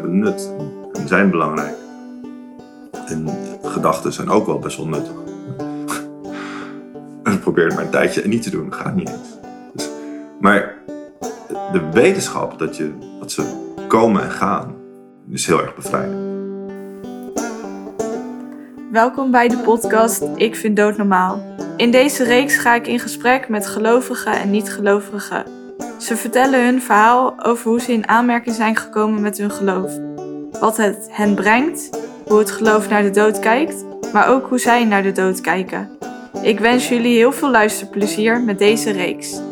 hebben nut en zijn belangrijk. En gedachten zijn ook wel best wel nuttig. En ik probeer het maar een tijdje niet te doen, dat gaat niet eens. Maar de wetenschap dat ze komen en gaan, is heel erg bevrijdend. Welkom bij de podcast Ik vind dood normaal. In deze reeks ga ik in gesprek met gelovigen en niet-gelovigen. Ze vertellen hun verhaal over hoe ze in aanmerking zijn gekomen met hun geloof. Wat het hen brengt, hoe het geloof naar de dood kijkt, maar ook hoe zij naar de dood kijken. Ik wens jullie heel veel luisterplezier met deze reeks.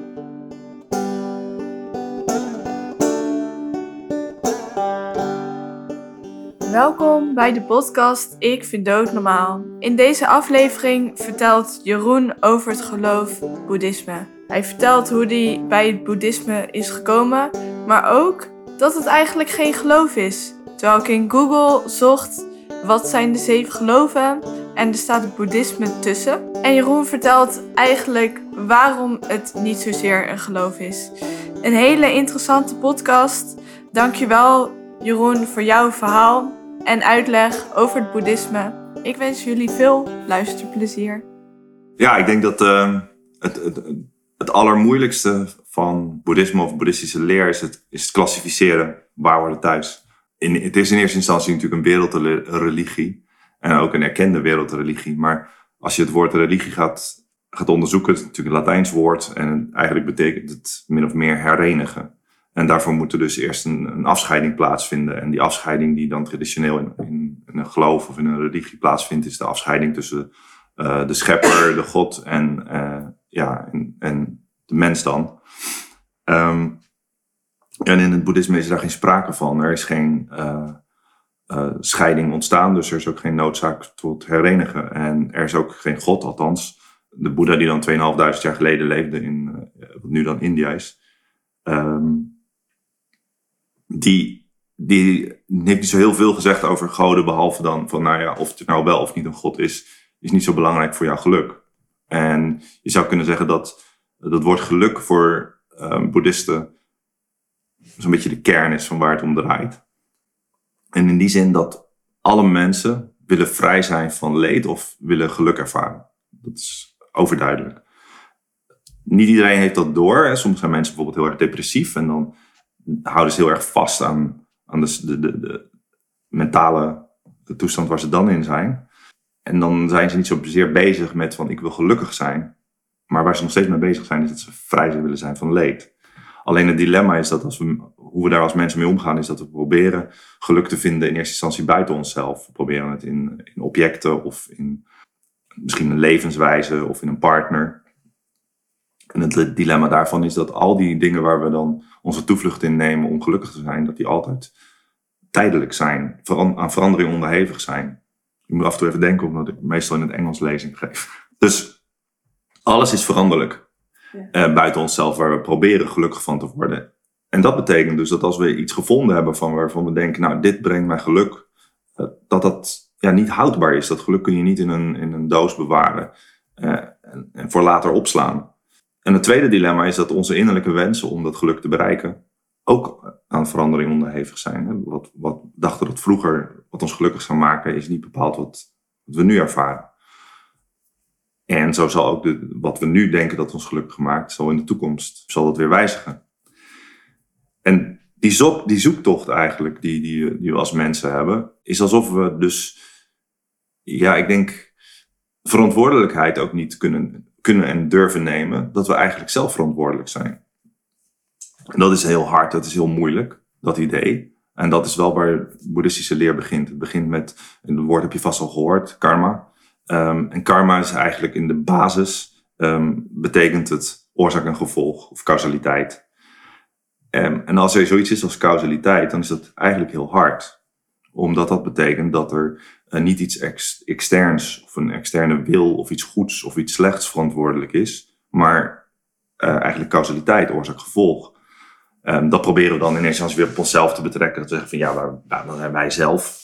Welkom bij de podcast Ik vind dood normaal. In deze aflevering vertelt Jeroen over het geloof boeddhisme. Hij vertelt hoe hij bij het boeddhisme is gekomen, maar ook dat het eigenlijk geen geloof is. Terwijl ik in Google zocht wat zijn de 7 geloven en er staat het boeddhisme tussen. En Jeroen vertelt eigenlijk waarom het niet zozeer een geloof is. Een hele interessante podcast. Dankjewel Jeroen voor jouw verhaal en uitleg over het boeddhisme. Ik wens jullie veel luisterplezier. Ja, ik denk dat het allermoeilijkste van boeddhisme of boeddhistische leer is het klassificeren. Waar hoort het thuis? Het is in eerste instantie natuurlijk een wereldreligie. En ook een erkende wereldreligie. Maar als je het woord religie gaat onderzoeken, het is natuurlijk een Latijns woord. En eigenlijk betekent het min of meer herenigen. En daarvoor moet er dus eerst een afscheiding plaatsvinden. En die afscheiding die dan traditioneel in een geloof of in een religie plaatsvindt, is de afscheiding tussen de schepper, de God en de mens dan. En in het boeddhisme is daar geen sprake van. Er is geen scheiding ontstaan, dus er is ook geen noodzaak tot herenigen. En er is ook geen God, althans. De Boeddha die dan 2500 jaar geleden leefde in wat nu dan India is, die heeft niet zo heel veel gezegd over goden, behalve dan van, of het nou wel of niet een god is niet zo belangrijk voor jouw geluk. En je zou kunnen zeggen dat woord geluk voor boeddhisten zo'n beetje de kern is van waar het om draait. En in die zin dat alle mensen willen vrij zijn van leed of willen geluk ervaren. Dat is overduidelijk. Niet iedereen heeft dat door. Hè. Soms zijn mensen bijvoorbeeld heel erg depressief en dan houden ze heel erg vast aan de mentale toestand waar ze dan in zijn. En dan zijn ze niet zozeer bezig met van ik wil gelukkig zijn. Maar waar ze nog steeds mee bezig zijn is dat ze vrij willen zijn van leed. Alleen het dilemma is dat hoe we daar als mensen mee omgaan, is dat we proberen geluk te vinden in eerste instantie buiten onszelf. We proberen het in objecten of in misschien een levenswijze of in een partner. En het dilemma daarvan is dat al die dingen waar we dan onze toevlucht in nemen om gelukkig te zijn, dat die altijd tijdelijk zijn, aan verandering onderhevig zijn. Ik moet af en toe even denken, omdat ik meestal in het Engels lezing geef. Dus alles is veranderlijk. Buiten onszelf, waar we proberen gelukkig van te worden. En dat betekent dus dat als we iets gevonden hebben waarvan we denken, dit brengt mij geluk, dat niet houdbaar is. Dat geluk kun je niet in een doos bewaren en voor later opslaan. En het tweede dilemma is dat onze innerlijke wensen om dat geluk te bereiken ook aan verandering onderhevig zijn. Wat dachten dat vroeger wat ons gelukkig zou maken, is niet bepaald wat we nu ervaren. En zo zal ook wat we nu denken dat ons gelukkig maakt, zal in de toekomst dat weer wijzigen. En die zoektocht eigenlijk die we als mensen hebben, is alsof we dus, ik denk, verantwoordelijkheid ook niet kunnen en durven nemen, dat we eigenlijk zelf verantwoordelijk zijn. En dat is heel hard, dat is heel moeilijk, dat idee. En dat is wel waar boeddhistische leer begint. Het begint met, en het woord heb je vast al gehoord, karma. En karma is eigenlijk in de basis, betekent het oorzaak en gevolg of causaliteit. En als er zoiets is als causaliteit, dan is dat eigenlijk heel hard. Omdat dat betekent dat er niet iets externs of een externe wil of iets goeds of iets slechts verantwoordelijk is. Maar eigenlijk causaliteit, oorzaak, gevolg. Dat proberen we dan in eerste instantie weer op onszelf te betrekken. Dat we zeggen van dan hebben wij zelf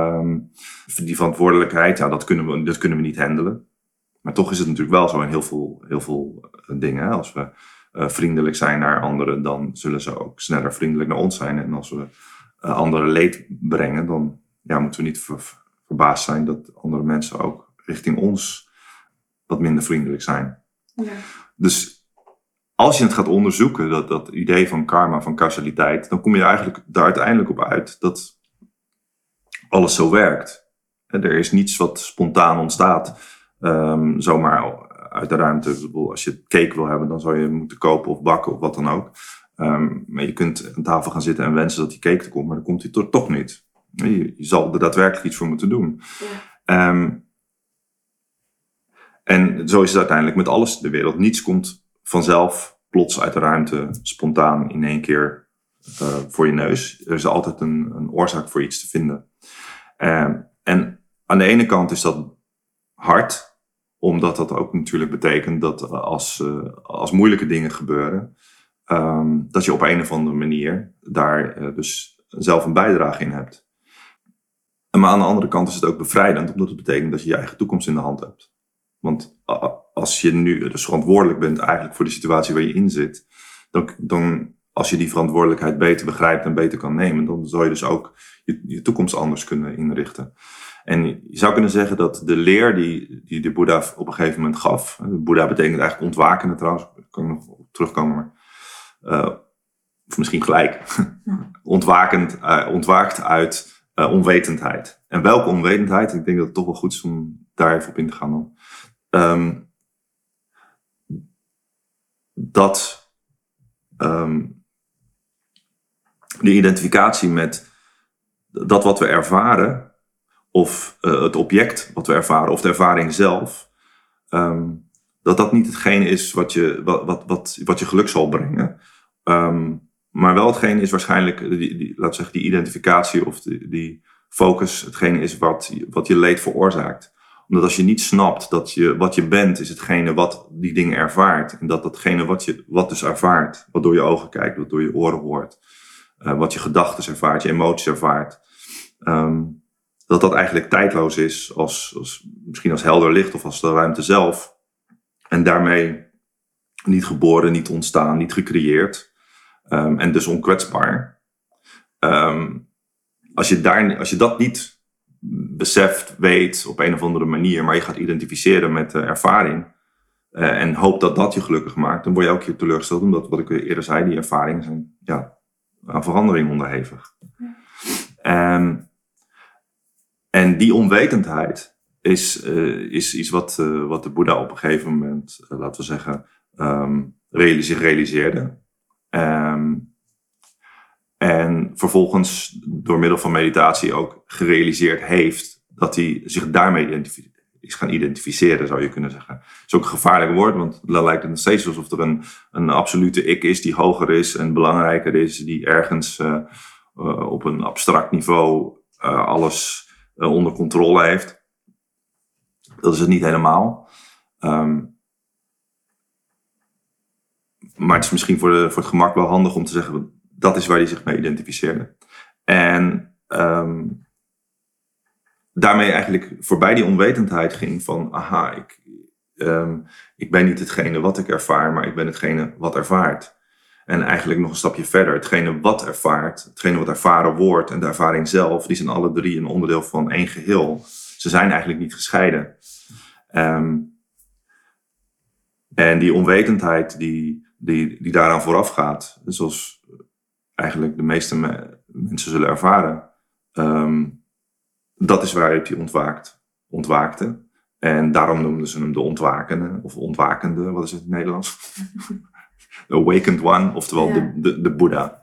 die verantwoordelijkheid. Dat kunnen we niet handelen. Maar toch is het natuurlijk wel zo in heel veel dingen. Hè? Als we vriendelijk zijn naar anderen, dan zullen ze ook sneller vriendelijk naar ons zijn. En als we anderen leed brengen, dan moeten we niet verbaasd zijn dat andere mensen ook richting ons wat minder vriendelijk zijn. Ja. Dus als je het gaat onderzoeken, dat idee van karma, van causaliteit, dan kom je eigenlijk daar uiteindelijk op uit dat alles zo werkt. Er is niets wat spontaan ontstaat, zomaar uit de ruimte. Als je cake wil hebben, dan zou je moeten kopen of bakken of wat dan ook. Maar je kunt aan tafel gaan zitten en wensen dat die cake er komt, maar dan komt die toch niet. Je zal er daadwerkelijk iets voor moeten doen. Ja. En zo is het uiteindelijk met alles in de wereld. Niets komt vanzelf plots uit de ruimte, spontaan in één keer voor je neus. Er is altijd een oorzaak voor iets te vinden. En aan de ene kant is dat hard, omdat dat ook natuurlijk betekent dat als moeilijke dingen gebeuren, dat je op een of andere manier daar dus zelf een bijdrage in hebt. Maar aan de andere kant is het ook bevrijdend, omdat het betekent dat je je eigen toekomst in de hand hebt. Want als je nu dus verantwoordelijk bent eigenlijk voor de situatie waar je in zit, dan als je die verantwoordelijkheid beter begrijpt en beter kan nemen, dan zal je dus ook je toekomst anders kunnen inrichten. En je zou kunnen zeggen dat de leer die de Boeddha op een gegeven moment gaf, de Boeddha betekent eigenlijk ontwakende trouwens, daar kan ik nog op terugkomen, maar of misschien gelijk, ontwaakt uit onwetendheid. En welke onwetendheid? Ik denk dat het toch wel goed is om daar even op in te gaan dan. De identificatie met dat wat we ervaren, of het object wat we ervaren, of de ervaring zelf, dat niet hetgene is wat je geluk zal brengen. Maar wel hetgene is waarschijnlijk, laten we zeggen, die identificatie of die focus, hetgene is wat je leed veroorzaakt. Omdat als je niet snapt dat wat je bent, is hetgene wat die dingen ervaart. En datgene wat dus ervaart, wat door je ogen kijkt, wat door je oren hoort, wat je gedachten ervaart, je emoties ervaart, dat eigenlijk tijdloos is, misschien als helder licht of als de ruimte zelf. En daarmee niet geboren, niet ontstaan, niet gecreëerd. En dus onkwetsbaar. Als je dat niet beseft, weet op een of andere manier, maar je gaat identificeren met de ervaring en hoopt dat je gelukkig maakt, dan word je elke keer teleurgesteld, omdat, wat ik eerder zei, die ervaringen zijn aan verandering onderhevig. En die onwetendheid is iets wat de Boeddha op een gegeven moment, laten we zeggen, zich realiseerde. En vervolgens door middel van meditatie ook gerealiseerd heeft dat hij zich daarmee is gaan identificeren, zou je kunnen zeggen. Dat is ook een gevaarlijk woord, want dan lijkt het nog steeds alsof er een absolute ik is die hoger is en belangrijker is, die ergens op een abstract niveau alles onder controle heeft. Dat is het niet helemaal. Maar het is misschien voor het gemak wel handig om te zeggen, dat is waar hij zich mee identificeerde. En daarmee eigenlijk voorbij die onwetendheid ging van, ik ben niet hetgene wat ik ervaar, maar ik ben hetgene wat ervaart. En eigenlijk nog een stapje verder, hetgene wat ervaart, hetgene wat ervaren wordt en de ervaring zelf, die zijn alle drie een onderdeel van één geheel. Ze zijn eigenlijk niet gescheiden. En die onwetendheid die daaraan vooraf gaat, zoals eigenlijk de meeste mensen zullen ervaren, dat is waaruit hij ontwaakte. En daarom noemden ze hem de ontwakende, of ontwakende, wat is het in het Nederlands? The awakened one, oftewel de Boeddha.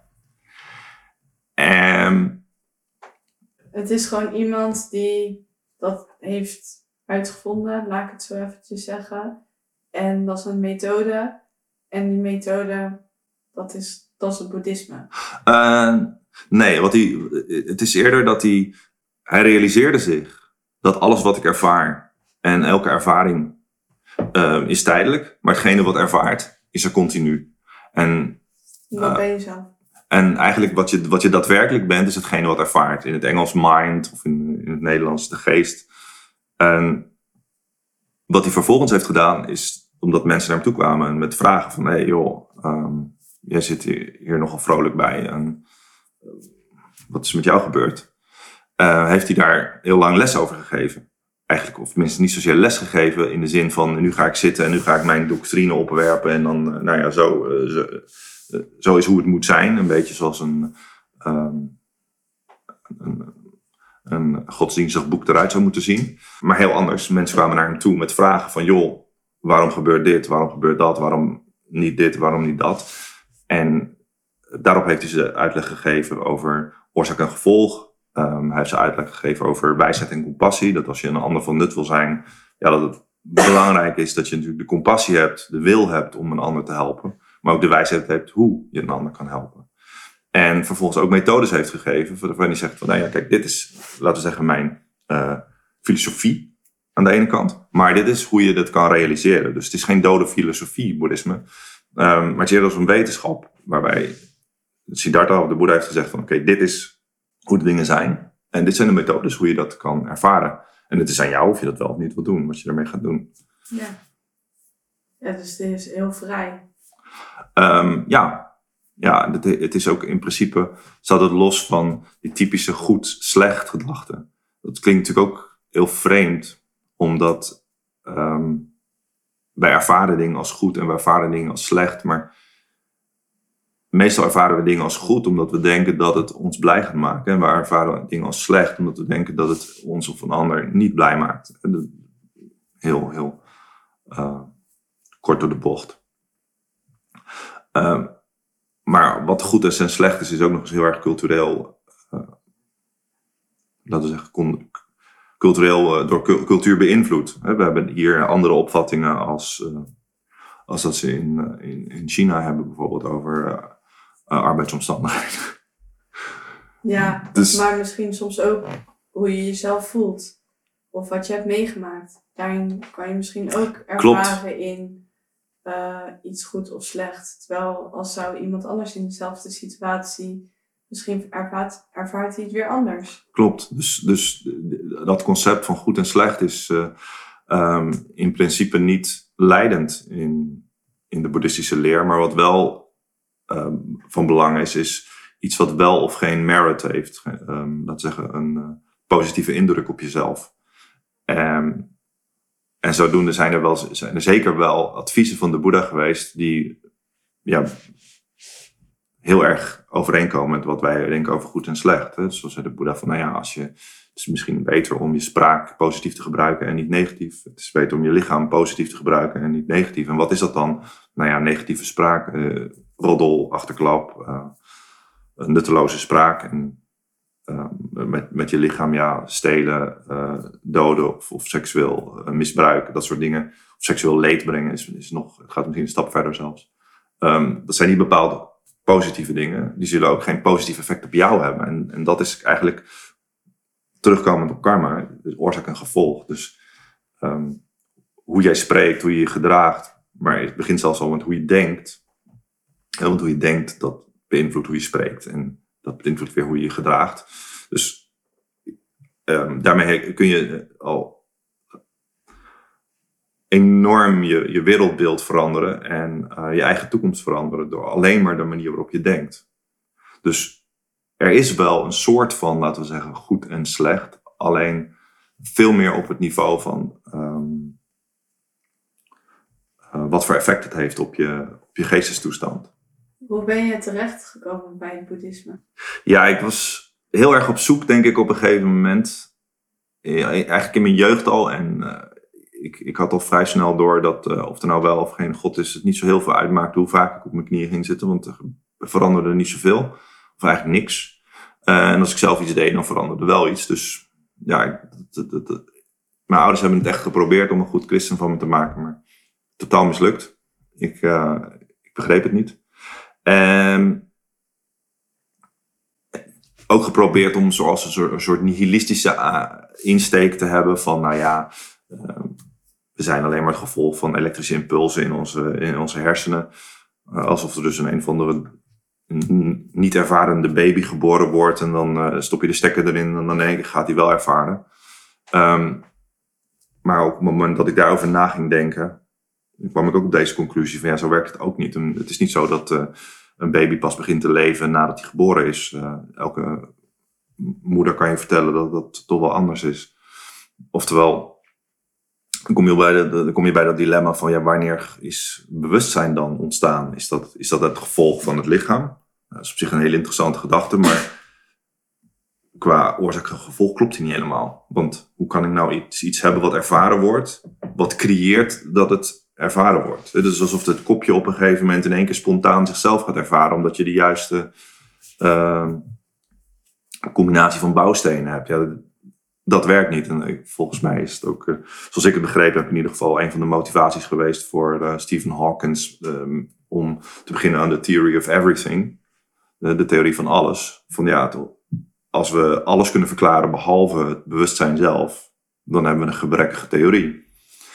Het is gewoon iemand die dat heeft uitgevonden, laat ik het zo eventjes zeggen. En dat is een methode. En die methode, dat is het boeddhisme. Nee, het is eerder dat hij realiseerde zich dat alles wat ik ervaar en elke ervaring is tijdelijk, maar hetgene wat ervaart is er continu. En wat ben je zelf? En eigenlijk wat je daadwerkelijk bent, is hetgene wat ervaart. In het Engels mind, of in het Nederlands de geest. En wat hij vervolgens heeft gedaan, is omdat mensen naar hem toe kwamen met vragen van, hey joh, jij zit hier nogal vrolijk bij. En wat is met jou gebeurd? Heeft hij daar heel lang les over gegeven. Eigenlijk, of tenminste niet zozeer les gegeven in de zin van nu ga ik zitten en nu ga ik mijn doctrine opwerpen en dan, zo is hoe het moet zijn. Een beetje zoals een godsdienstig boek eruit zou moeten zien. Maar heel anders. Mensen kwamen naar hem toe met vragen van joh, waarom gebeurt dit, waarom gebeurt dat, waarom niet dit, waarom niet dat. En daarop heeft hij ze uitleg gegeven over oorzaak en gevolg. Hij heeft ze uitleg gegeven over wijsheid en compassie. Dat als je een ander van nut wil zijn, dat het belangrijk is dat je natuurlijk de compassie hebt, de wil hebt om een ander te helpen. Maar ook de wijsheid hebt hoe je een ander kan helpen. En vervolgens ook methodes heeft gegeven waarvan hij zegt van kijk, dit is, laten we zeggen, mijn filosofie aan de ene kant. Maar dit is hoe je dit kan realiseren. Dus het is geen dode filosofie, boeddhisme. Maar het is eerder als een wetenschap waarbij Siddhartha of de Boeddha heeft gezegd van oké, dit is hoe de dingen zijn. En dit zijn de methodes hoe je dat kan ervaren. En het is aan jou of je dat wel of niet wil doen, wat je ermee gaat doen. Ja, dus het is heel vrij. Het is ook in principe, staat het los van die typische goed-slecht gedachte. Dat klinkt natuurlijk ook heel vreemd, omdat wij ervaren dingen als goed en wij ervaren dingen als slecht, maar meestal ervaren we dingen als goed omdat we denken dat het ons blij gaat maken. En we ervaren dingen als slecht omdat we denken dat het ons of een ander niet blij maakt. Heel kort door de bocht. Maar wat goed is en slecht is ook nog eens heel erg cultureel. Laten we zeggen, cultureel door cultuur beïnvloed. We hebben hier andere opvattingen als dat ze in China hebben, bijvoorbeeld over arbeidsomstandigheden. Ja, dus, maar misschien soms ook hoe je jezelf voelt. Of wat je hebt meegemaakt. Daarin kan je misschien ook ervaren in iets goed of slecht. Terwijl als zou iemand anders in dezelfde situatie, misschien ervaart hij het weer anders. Klopt. Dus dat concept van goed en slecht is in principe niet leidend in de boeddhistische leer. Maar wat wel van belang is iets wat wel of geen merit heeft. Laten we zeggen, een positieve indruk op jezelf. En zodoende zijn er zeker wel adviezen van de Boeddha geweest die heel erg overeenkomen met wat wij denken over goed en slecht. Hè. Zoals zei de Boeddha van, het is misschien beter om je spraak positief te gebruiken en niet negatief. Het is beter om je lichaam positief te gebruiken en niet negatief. En wat is dat dan? Negatieve spraak, roddel, achterklap, nutteloze spraak en met je lichaam stelen, doden of seksueel misbruiken, dat soort dingen. Of seksueel leed brengen het gaat misschien een stap verder zelfs. Dat zijn niet bepaalde positieve dingen. Die zullen ook geen positief effect op jou hebben. En dat is eigenlijk terugkomend op karma, dus oorzaak en gevolg. Dus hoe jij spreekt, hoe je je gedraagt, maar het begint zelfs al met hoe je denkt. Want hoe je denkt, dat beïnvloedt hoe je spreekt. En dat beïnvloedt weer hoe je je gedraagt. Dus daarmee kun je al enorm je wereldbeeld veranderen en je eigen toekomst veranderen door alleen maar de manier waarop je denkt. Dus er is wel een soort van, laten we zeggen, goed en slecht, alleen veel meer op het niveau van wat voor effect het heeft op je geestestoestand. Hoe ben je terechtgekomen bij het boeddhisme? Ja, ik was heel erg op zoek, denk ik, op een gegeven moment. Eigenlijk in mijn jeugd al. En ik had al vrij snel door dat of er nou wel of geen God is, het niet zo heel veel uitmaakte hoe vaak ik op mijn knieën ging zitten. Want er veranderde niet zoveel. Of eigenlijk niks. En als ik zelf iets deed, dan veranderde wel iets. Dus ja, mijn ouders hebben het echt geprobeerd om een goed christen van me te maken. Maar totaal mislukt. Ik begreep het niet. Ook geprobeerd om zoals een soort nihilistische insteek te hebben van, we zijn alleen maar het gevolg van elektrische impulsen in onze hersenen. Alsof er dus een of andere niet ervarende baby geboren wordt en dan stop je de stekker erin en dan denk ik, gaat hij wel ervaren. Maar op het moment dat ik daarover na ging denken, kwam ik ook op deze conclusie van zo werkt het ook niet. En het is niet zo dat een baby pas begint te leven nadat hij geboren is. Elke moeder kan je vertellen dat dat toch wel anders is. Oftewel, dan kom je bij dat dilemma van ja, wanneer is bewustzijn dan ontstaan? Is dat het gevolg van het lichaam? Dat is op zich een hele interessante gedachte, maar qua oorzaak en gevolg klopt die niet helemaal. Want hoe kan ik nou iets hebben wat ervaren wordt, wat creëert dat het ervaren wordt? Het is alsof het kopje op een gegeven moment in één keer spontaan zichzelf gaat ervaren, omdat je de juiste combinatie van bouwstenen hebt. Ja, dat werkt niet. En volgens mij is het ook, zoals ik het begrepen heb, in ieder geval een van de motivaties geweest voor Stephen Hawking om te beginnen aan de Theory of Everything. De theorie van alles. Van ja, als we alles kunnen verklaren behalve het bewustzijn zelf, dan hebben we een gebrekkige theorie.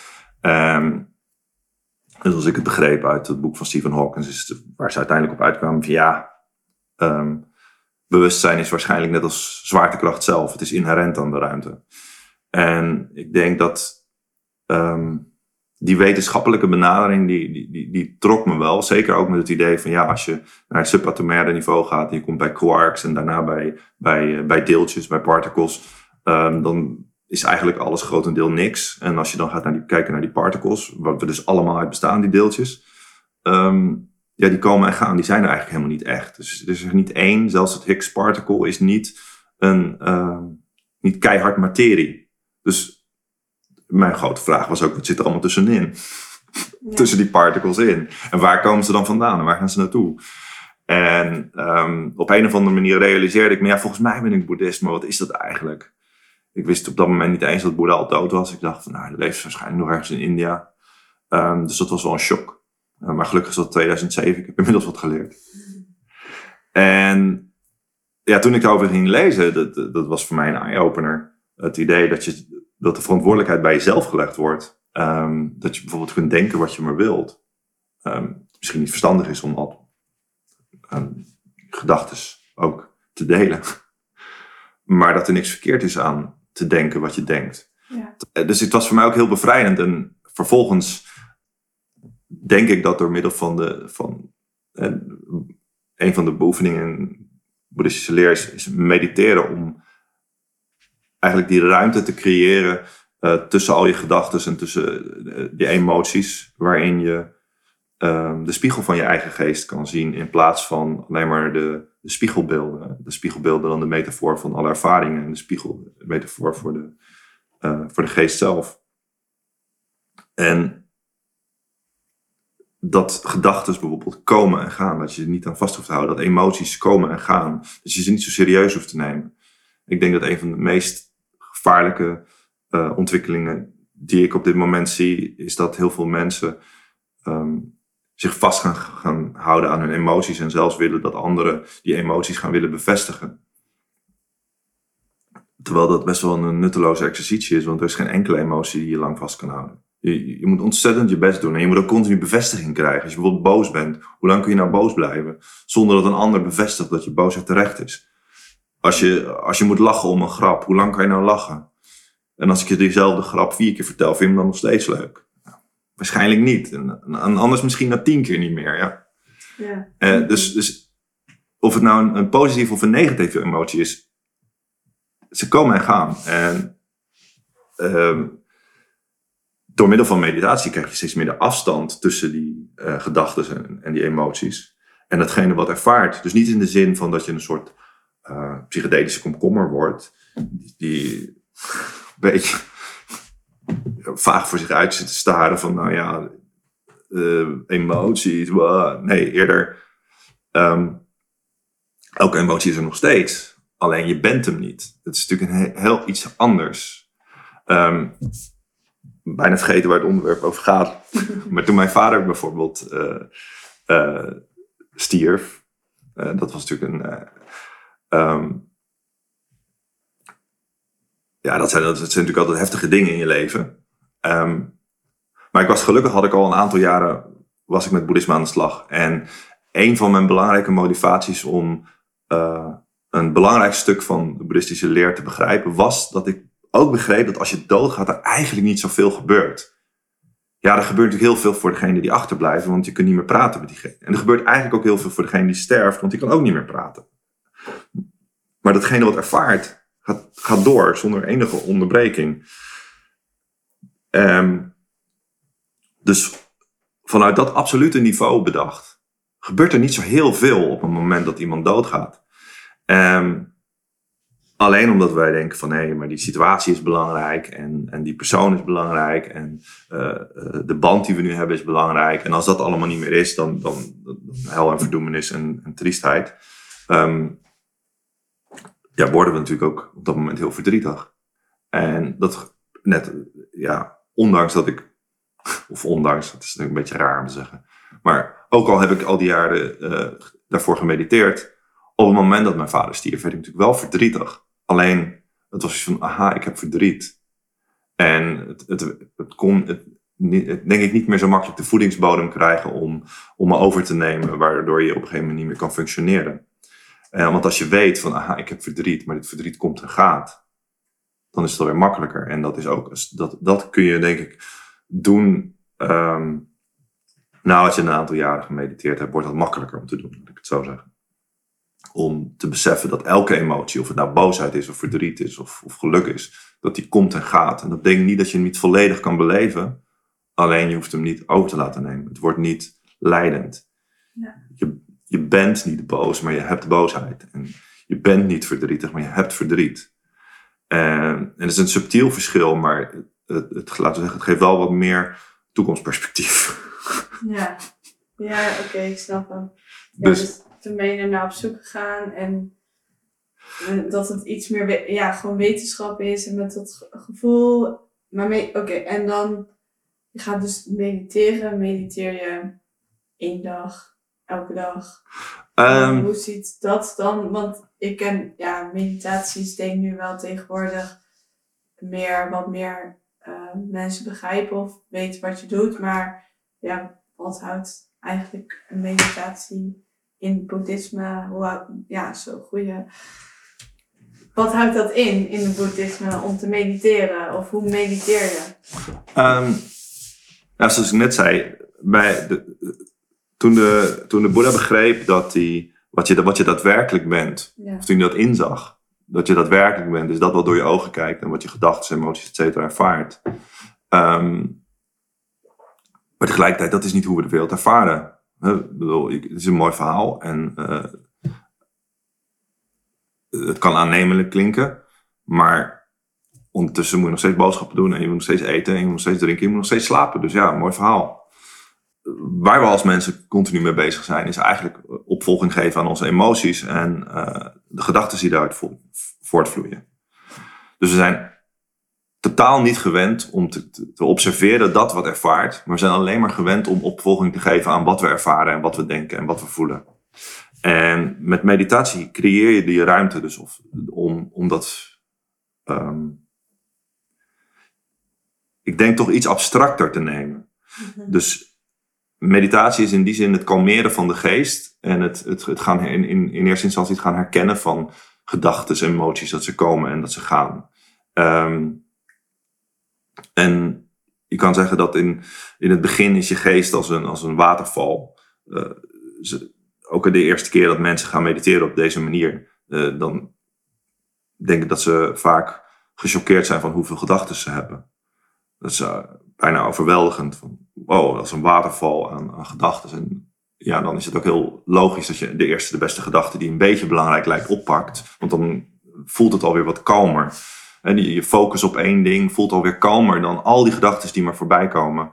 Dus als ik het begreep uit het boek van Stephen Hawking, waar ze uiteindelijk op uitkwamen van ja, bewustzijn is waarschijnlijk net als zwaartekracht zelf. Het is inherent aan de ruimte. En ik denk dat die wetenschappelijke benadering, die trok me wel. Zeker ook met het idee van ja, als je naar het subatomaire niveau gaat en je komt bij quarks en daarna bij deeltjes, bij particles, dan is eigenlijk alles grotendeel niks. En als je dan gaat kijken naar die particles, wat we dus allemaal uit bestaan, die deeltjes, ja, die komen en gaan. Die zijn er eigenlijk helemaal niet echt. Dus er is er niet één, zelfs het Higgs particle is niet keihard materie. Dus mijn grote vraag was ook, wat zit er allemaal tussenin? Ja. Tussen die particles in. En waar komen ze dan vandaan? En waar gaan ze naartoe? En op een of andere manier realiseerde ik me, ja, volgens mij ben ik boeddhist, maar wat is dat eigenlijk? Ik wist op dat moment niet eens dat Boeddha al dood was. Ik dacht van, nou, hij leeft waarschijnlijk nog ergens in India. Dus dat was wel een shock. Maar gelukkig is dat 2007. Ik heb inmiddels wat geleerd. En ja, toen ik daarover ging lezen, dat was voor mij een eye-opener. Het idee dat de verantwoordelijkheid bij jezelf gelegd wordt. Dat je bijvoorbeeld kunt denken wat je maar wilt. Misschien niet verstandig is om al gedachten ook te delen. Maar dat er niks verkeerd is aan te denken wat je denkt. Ja. Dus het was voor mij ook heel bevrijdend. En vervolgens denk ik dat door middel van een van de beoefeningen in boeddhistische leer is mediteren, om eigenlijk die ruimte te creëren tussen al je gedachten en tussen je emoties, waarin je de spiegel van je eigen geest kan zien, in plaats van alleen maar de spiegelbeelden. De spiegelbeelden dan de metafoor van alle ervaringen en de metafoor voor de geest zelf. En dat gedachten bijvoorbeeld komen en gaan, dat je er niet aan vast hoeft te houden, dat emoties komen en gaan, dat je ze niet zo serieus hoeft te nemen. Ik denk dat een van de meest gevaarlijke ontwikkelingen die ik op dit moment zie, is dat heel veel mensen zich vast gaan houden aan hun emoties en zelfs willen dat anderen die emoties gaan willen bevestigen. Terwijl dat best wel een nutteloze exercitie is, want er is geen enkele emotie die je lang vast kan houden. Je moet ontzettend je best doen en je moet ook continu bevestiging krijgen. Als je bijvoorbeeld boos bent, hoe lang kun je nou boos blijven? Zonder dat een ander bevestigt dat je boosheid terecht is. Als je moet lachen om een grap, hoe lang kan je nou lachen? En als ik je diezelfde grap 4 keer vertel, vind je hem dan nog steeds leuk? Nou, waarschijnlijk niet. En anders misschien na 10 keer niet meer. Ja? Ja. Dus of het nou een positieve of een negatieve emotie is, ze komen en gaan. En door middel van meditatie krijg je steeds meer de afstand tussen die gedachten en die emoties. En datgene wat ervaart. Dus niet in de zin van dat je een soort psychedelische komkommer wordt, die een beetje vaag voor zich uit zit te staren van, nou ja, emoties. Nee, eerder, elke emotie is er nog steeds. Alleen je bent hem niet. Het is natuurlijk heel iets anders. Bijna vergeten waar het onderwerp over gaat. Maar toen mijn vader bijvoorbeeld stierf, dat was natuurlijk dat zijn natuurlijk altijd heftige dingen in je leven. Maar gelukkig had ik al een aantal jaren, was ik met boeddhisme aan de slag. En een van mijn belangrijke motivaties om een belangrijk stuk van de boeddhistische leer te begrijpen, was dat ik ook begreep dat als je doodgaat, er eigenlijk niet zoveel gebeurt. Ja, er gebeurt natuurlijk heel veel voor degene die achterblijven, want je kunt niet meer praten met diegene. En er gebeurt eigenlijk ook heel veel voor degene die sterft, want die kan ook niet meer praten. Maar datgene wat ervaart, gaat door zonder enige onderbreking. Dus vanuit dat absolute niveau bedacht, gebeurt er niet zo heel veel op het moment dat iemand doodgaat. Alleen omdat wij denken van nee, maar die situatie is belangrijk en die persoon is belangrijk en de band die we nu hebben is belangrijk. En als dat allemaal niet meer is, dan hel en verdoemenis en triestheid. Worden we natuurlijk ook op dat moment heel verdrietig. En dat net, ondanks dat ik, of ondanks, dat is een beetje raar om te zeggen. Maar ook al heb ik al die jaren daarvoor gemediteerd, op het moment dat mijn vader stierf, werd ik natuurlijk wel verdrietig. Alleen, het was van, ik heb verdriet. En het kon denk ik niet meer zo makkelijk de voedingsbodem krijgen om me over te nemen, waardoor je op een gegeven moment niet meer kan functioneren. Want als je weet van, ik heb verdriet, maar dit verdriet komt en gaat, dan is het alweer makkelijker. En dat is ook, dat kun je denk ik doen. Als je een aantal jaren gemediteerd hebt, wordt dat makkelijker om te doen, moet ik het zo zeggen. Om te beseffen dat elke emotie, of het nou boosheid is of verdriet is of geluk is, dat die komt en gaat. En dat betekent niet dat je hem niet volledig kan beleven, alleen je hoeft hem niet over te laten nemen. Het wordt niet leidend. Ja. Je bent niet boos, maar je hebt boosheid. En je bent niet verdrietig, maar je hebt verdriet. En het is een subtiel verschil, maar het geeft wel wat meer toekomstperspectief. Ja, oké, ik snap hem. Ja, dus toen ben je er naar op zoek gegaan en dat het iets meer gewoon wetenschap is en met dat gevoel. Maar en dan je gaat dus mediteren. Mediteer je 1 dag, elke dag? Hoe ziet dat dan? Want ik ken meditaties, denk ik nu wel tegenwoordig wat meer mensen begrijpen of weten wat je doet. Maar wat houdt eigenlijk een meditatie in het boeddhisme? Wat houdt dat in het boeddhisme om te mediteren? Of hoe mediteer je? Zoals ik net zei, toen de Boeddha begreep dat wat je daadwerkelijk bent, of toen je dat inzag, dat je daadwerkelijk bent, is dat wat door je ogen kijkt en wat je gedachten, emoties, et cetera, ervaart. Maar tegelijkertijd, dat is niet hoe we de wereld ervaren. Ik bedoel, het is een mooi verhaal en het kan aannemelijk klinken, maar ondertussen moet je nog steeds boodschappen doen en je moet nog steeds eten en je moet nog steeds drinken en je moet nog steeds slapen. Dus een mooi verhaal. Waar we als mensen continu mee bezig zijn, is eigenlijk opvolging geven aan onze emoties en de gedachten die daaruit voortvloeien. Dus we zijn totaal niet gewend om te observeren dat wat ervaart, maar we zijn alleen maar gewend om opvolging te geven aan wat we ervaren en wat we denken en wat we voelen. En met meditatie creëer je die ruimte dus om dat, ik denk toch iets abstracter te nemen. Mm-hmm. Dus meditatie is in die zin het kalmeren van de geest en het gaan in eerste instantie het gaan herkennen van gedachten en emoties, dat ze komen en dat ze gaan. En je kan zeggen dat in het begin is je geest als een waterval. Ook de eerste keer dat mensen gaan mediteren op deze manier, dan denk ik dat ze vaak gechoqueerd zijn van hoeveel gedachten ze hebben. Dat is bijna overweldigend. Van, wow, dat is een waterval aan gedachten. En dan is het ook heel logisch dat je de eerste, de beste gedachte die een beetje belangrijk lijkt oppakt. Want dan voelt het alweer wat kalmer. En je focus op één ding voelt alweer kalmer dan al die gedachten die maar voorbij komen.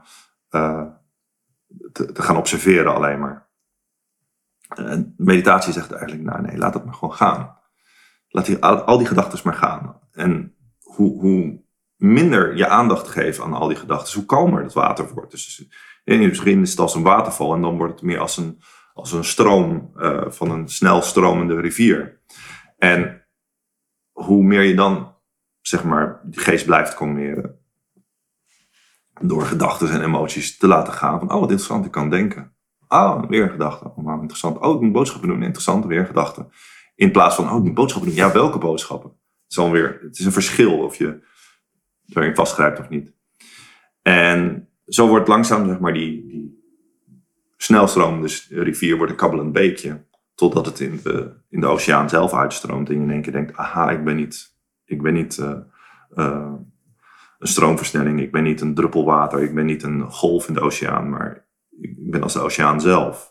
Te gaan observeren alleen maar. Meditatie zegt eigenlijk, nee, laat het maar gewoon gaan. Laat al die gedachten maar gaan. En hoe minder je aandacht geeft aan al die gedachten, hoe kalmer het water wordt. Dus in het begin is het als een waterval en dan wordt het meer als een stroom van een snel stromende rivier. En hoe meer je dan, zeg maar, die geest blijft kalmeren door gedachten en emoties te laten gaan van, wat interessant, ik kan denken. Weer een gedachte. Wauw, interessant. Ik moet boodschappen doen. Interessant, weer een gedachte. In plaats van, ik moet boodschappen doen. Ja, welke boodschappen? Het is een verschil of je erin vastgrijpt of niet. En zo wordt langzaam, zeg maar, die snelstromende rivier wordt een kabbelend beekje. totdat het in de oceaan zelf uitstroomt. En je in één keer denkt, aha, ik ben niet een stroomversnelling. Ik ben niet een druppel water. Ik ben niet een golf in de oceaan. Maar ik ben als de oceaan zelf.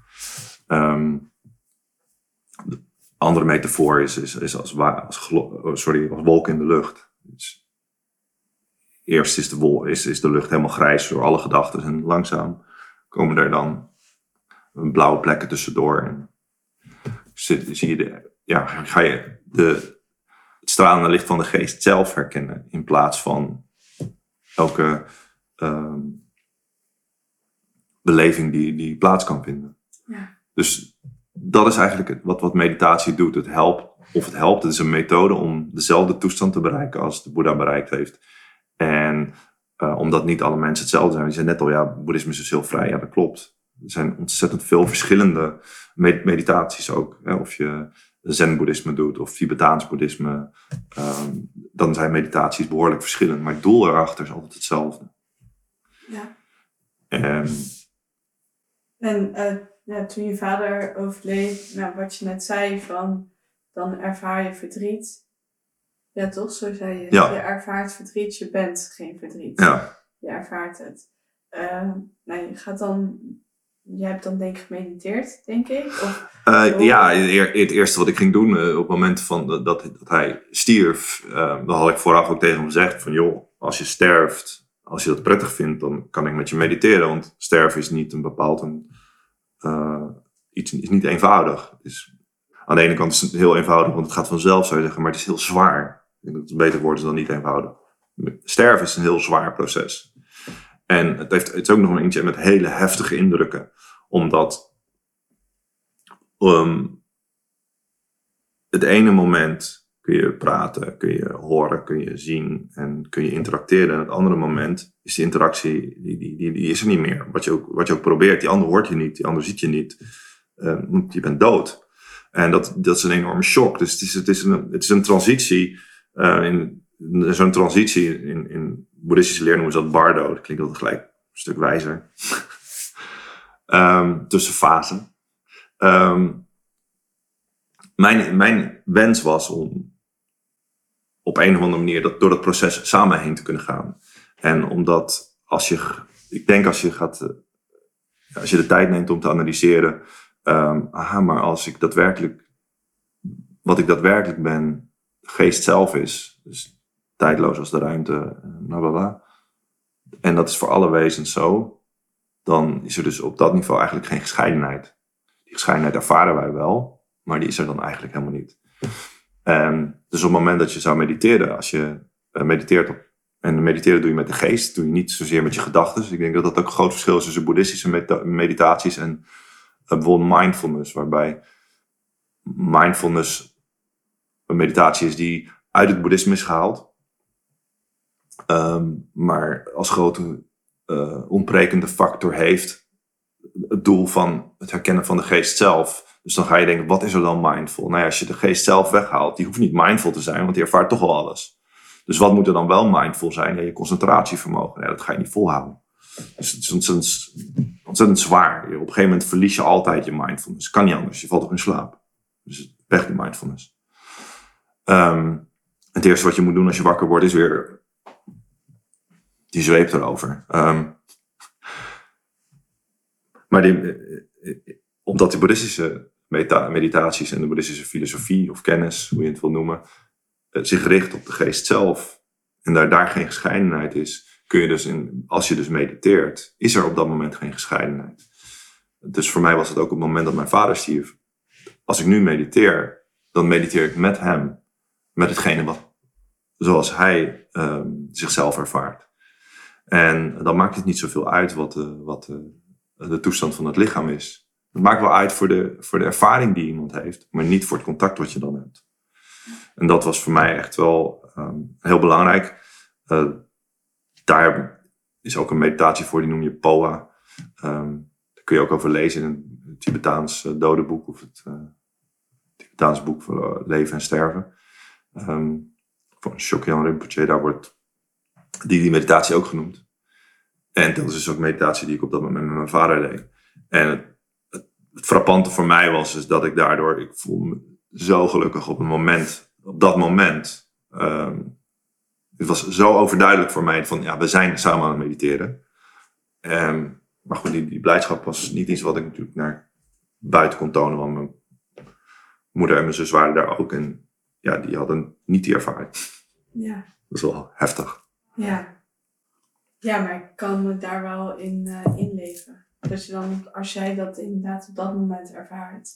De andere metafoor is als wolk in de lucht. Dus eerst is de lucht helemaal grijs door alle gedachten. En langzaam komen er dan blauwe plekken tussendoor. En ga je het stralende licht van de geest zelf herkennen. In plaats van elke beleving die plaats kan vinden. Ja. Dus dat is eigenlijk wat meditatie doet. Het helpt. Het is een methode om dezelfde toestand te bereiken als de Boeddha bereikt heeft. En omdat niet alle mensen hetzelfde zijn. Je zei net al, ja, boeddhisme is dus heel vrij. Ja, dat klopt. Er zijn ontzettend veel verschillende meditaties ook. Hè? Of je zen-boeddhisme doet of Tibetaans boeddhisme. Dan zijn meditaties behoorlijk verschillend. Maar het doel erachter is altijd hetzelfde. Ja. En toen je vader overleed, wat je net zei, van dan ervaar je verdriet. Ja, toch? Zo zei je. Ja. Je ervaart verdriet, je bent geen verdriet. Ja. Je ervaart het. Je hebt dan denk ik gemediteerd, denk ik? Of, het eerste wat ik ging doen op het moment van dat hij stierf, dan had ik vooraf ook tegen hem gezegd van joh, als je sterft, als je dat prettig vindt, dan kan ik met je mediteren. Want sterven is niet iets is niet eenvoudig. Het is, aan de ene kant is het heel eenvoudig, want het gaat vanzelf, zou je zeggen, maar het is heel zwaar. Ik denk dat het een beter woord is dan niet eenvoudig. Sterven is een heel zwaar proces. En het is ook nog een eentje met hele heftige indrukken. Omdat het ene moment kun je praten, kun je horen, kun je zien en kun je interacteren. En het andere moment is die interactie, die is er niet meer. Wat je ook probeert, die ander hoort je niet, die ander ziet je niet. Je bent dood. En dat is een enorme shock. Dus het is een transitie. Zo'n transitie in boeddhistische leer noemen ze dat bardo. Dat klinkt altijd gelijk een stuk wijzer. Tussen fasen. Mijn wens was om op een of andere manier door dat proces samen heen te kunnen gaan. En omdat als je de tijd neemt om te analyseren, maar als ik wat ik daadwerkelijk ben, geest zelf is, dus tijdloos als de ruimte, blablabla, en dat is voor alle wezens zo, dan is er dus op dat niveau eigenlijk geen gescheidenheid. Die gescheidenheid ervaren wij wel, maar die is er dan eigenlijk helemaal niet. Dus op het moment dat je zou mediteren, als je mediteert en mediteren doe je met de geest, doe je niet zozeer met je gedachten. Dus ik denk dat dat ook een groot verschil is tussen boeddhistische meditaties en bijvoorbeeld mindfulness, waarbij mindfulness een meditatie is die uit het boeddhisme is gehaald, maar als grote ontbrekende factor heeft het doel van het herkennen van de geest zelf. Dus dan ga je denken, wat is er dan mindful? Nou ja, als je de geest zelf weghaalt, die hoeft niet mindful te zijn, want die ervaart toch al alles. Dus wat moet er dan wel mindful zijn? Ja, je concentratievermogen. Ja, dat ga je niet volhouden. Dus het is ontzettend zwaar. Op een gegeven moment verlies je altijd je mindfulness. Kan niet anders, je valt ook in slaap. Dus weg die mindfulness. Het eerste wat je moet doen als je wakker wordt is weer die zweep erover. Maar omdat die boeddhistische meditaties en de boeddhistische filosofie of kennis, hoe je het wil noemen, zich richt op de geest zelf en daar geen gescheidenheid is, kun je dus als je dus mediteert, is er op dat moment geen gescheidenheid. Dus voor mij was het ook op het moment dat mijn vader stierf. Als ik nu mediteer, dan mediteer ik met hem, met hetgene zoals hij zichzelf ervaart. En dan maakt het niet zoveel uit wat de toestand van het lichaam is. Het maakt wel uit voor de ervaring die iemand heeft, maar niet voor het contact wat je dan hebt. En dat was voor mij echt wel heel belangrijk. Daar is ook een meditatie voor, die noem je Poa. Daar kun je ook over lezen in het Tibetaans dodenboek of het Tibetaans boek voor leven en sterven. Van Shokyan Rinpoche, daar wordt die meditatie ook genoemd. En dat is dus ook meditatie die ik op dat moment met mijn vader deed. En het frappante voor mij was, is dat ik daardoor, ik voel me zo gelukkig op dat moment. Het was zo overduidelijk voor mij van, ja, we zijn samen aan het mediteren. Maar goed, die blijdschap was niet iets wat ik natuurlijk naar buiten kon tonen, want mijn moeder en mijn zus waren daar ook en ja, die hadden niet die ervaring. Ja. Dat is wel heftig. Ja. Ja, maar ik kan me daar wel in inleven. Dat je dan, als jij dat inderdaad op dat moment ervaart.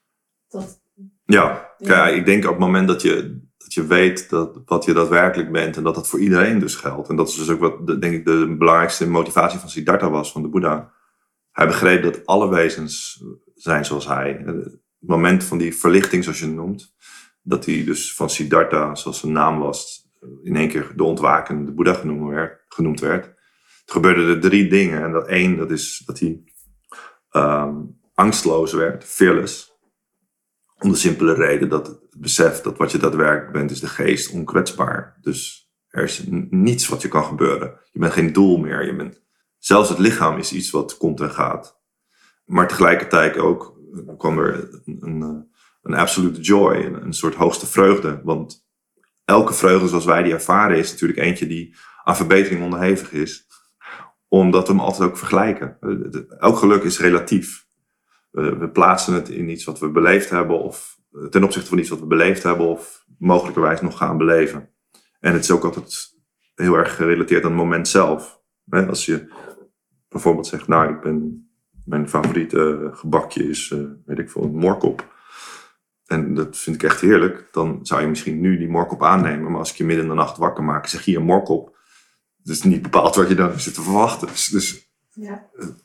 Ja, kijk, ik denk op het moment dat je weet wat je daadwerkelijk bent en dat dat voor iedereen dus geldt. En dat is dus ook wat, denk ik, de belangrijkste motivatie van Siddhartha was, van de Boeddha. Hij begreep dat alle wezens zijn zoals hij. Het moment van die verlichting, zoals je het noemt, dat hij dus van Siddhartha, zoals zijn naam was, in één keer de ontwakende Boeddha genoemd werd. Het gebeurden er 3 dingen. En dat is dat hij angstloos werd, fearless. Om de simpele reden dat het besef dat wat je daadwerkelijk bent, is de geest, onkwetsbaar. Dus er is niets wat je kan gebeuren. Je bent geen doel meer. Zelfs het lichaam is iets wat komt en gaat. Maar tegelijkertijd ook kwam er een absolute joy, een soort hoogste vreugde. Want elke vreugde zoals wij die ervaren is natuurlijk eentje die aan verbetering onderhevig is. Omdat we hem altijd ook vergelijken. Elk geluk is relatief. We plaatsen het in iets wat we beleefd hebben of ten opzichte van iets wat we beleefd hebben of mogelijkerwijs nog gaan beleven. En het is ook altijd heel erg gerelateerd aan het moment zelf. Als je bijvoorbeeld zegt, nou, mijn favoriete gebakje is, weet ik veel, een moorkop. En dat vind ik echt heerlijk. Dan zou je misschien nu die moorkop aannemen. Maar als ik je midden in de nacht wakker maak, zeg hier een moorkop. Het is niet bepaald wat je dan zit te verwachten. Dus ja.